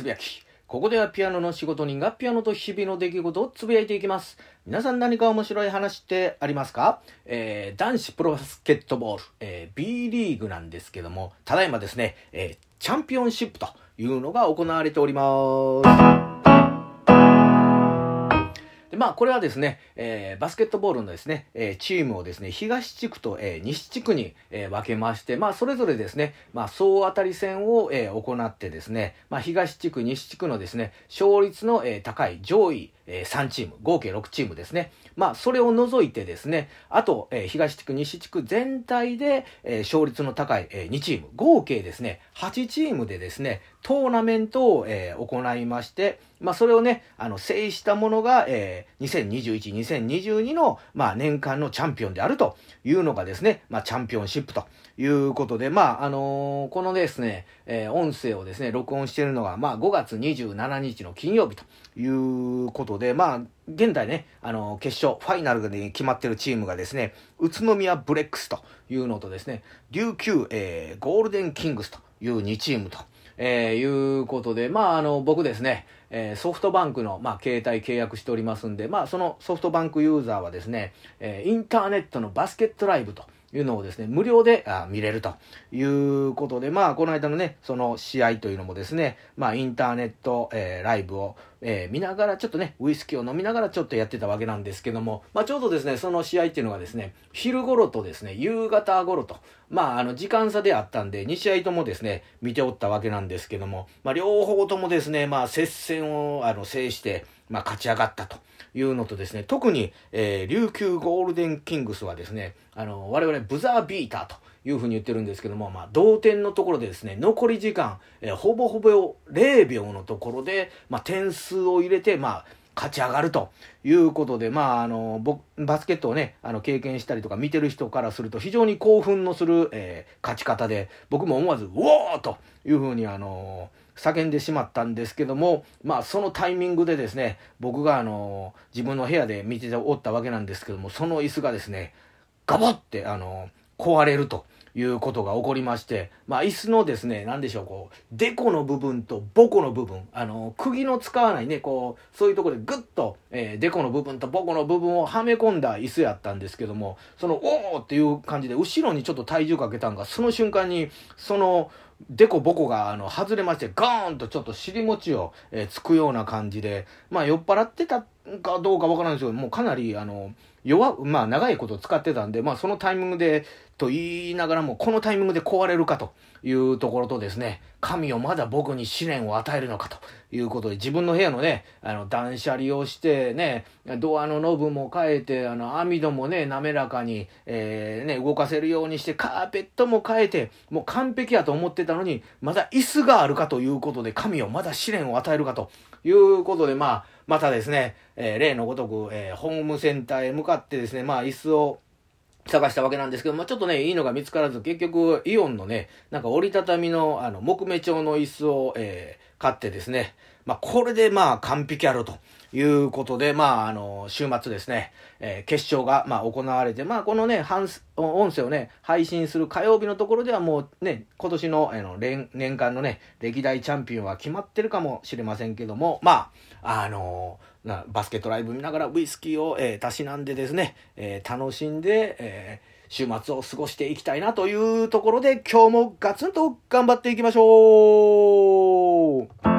ぶやき。ここではピアノの仕事人がピアノと日々の出来事をつぶやいていきます。皆さん何か面白い話ってありますか？男子プロバスケットボール、B リーグなんですけども、ただいまですね、チャンピオンシップというのが行われております。でこれはですね、バスケットボールのですね、チームをですね、東地区と、西地区に、分けまして、それぞれですね、総当たり戦を、行ってですね、東地区、西地区のですね、勝率の、高い上位、3チーム、合計6チームですね。それを除いてですね、あと、東地区、西地区全体で、勝率の高い、2チーム、合計ですね、8チームでですね、トーナメントを、行いまして、それをね、制したものが、2021、2022の、年間のチャンピオンであるというのがですね、チャンピオンシップということで、このですね、音声をですね、録音しているのが、5月27日の金曜日ということで、現在ね、決勝、ファイナルで決まっているチームがですね、宇都宮ブレックスというのとですね、琉球、ゴールデンキングスという2チームと、いうことで、僕ですね、ソフトバンクの、携帯契約しておりますんで、そのソフトバンクユーザーはですね、インターネットのバスケットライブというのをですね、無料で見れるということで、この間のね、その試合というのもですね、インターネット、ライブを、見ながらちょっとね、ウイスキーを飲みながらちょっとやってたわけなんですけども、ちょうどですね、その試合っていうのがですね、昼頃とですね、夕方頃と、時間差であったんで、2試合ともですね、見ておったわけなんですけども、両方ともですね、接戦を制して、勝ち上がったというのとですね、特に、琉球ゴールデンキングスはですね、我々ブザービーターというふうに言ってるんですけども、同点のところでですね、残り時間、ほぼほぼ0秒のところで、点数を入れて、勝ち上がるということで、僕、バスケットをね、経験したりとか見てる人からすると非常に興奮のする、勝ち方で、僕も思わず、うおーというふうに叫んでしまったんですけども、そのタイミングでですね、僕が自分の部屋で見ておったわけなんですけども、その椅子がですね、ガボって壊れるということが起こりまして、椅子のですね、なんでしょう、こうデコの部分とボコの部分、釘の使わないね、こうそういうところでグッと、デコの部分とボコの部分をはめ込んだ椅子やったんですけども、そのおーっていう感じで後ろにちょっと体重かけたんが、その瞬間にそのデコボコが外れまして、ガーンとちょっと尻餅を、つくような感じで、酔っ払ってたかどうかわからないんですけど、もうかなり長いこと使ってたんで、そのタイミングでと言いながらも、このタイミングで壊れるかというところとですね、神よまだ僕に試練を与えるのかということで、自分の部屋のね、断捨離をしてね、ドアのノブも変えて、網戸もね、滑らかに、動かせるようにして、カーペットも変えて、もう完璧やと思ってたのに、まだ椅子があるかということで、神よまだ試練を与えるかということで、またですね、例のごとく、ホームセンターへ向かってですね、椅子を探したわけなんですけど、ちょっとね、いいのが見つからず、結局、イオンのね、折りたたみの、木目調の椅子を、買ってですね、これで完璧やろということで、週末ですね、決勝が、行われて、このね、音声をね、配信する火曜日のところではもうね、今年の、年間のね、歴代チャンピオンは決まってるかもしれませんけども、バスケットライブ見ながらウイスキーを、たしなんでですね、楽しんで、週末を過ごしていきたいなというところで、今日もガツンと頑張っていきましょう。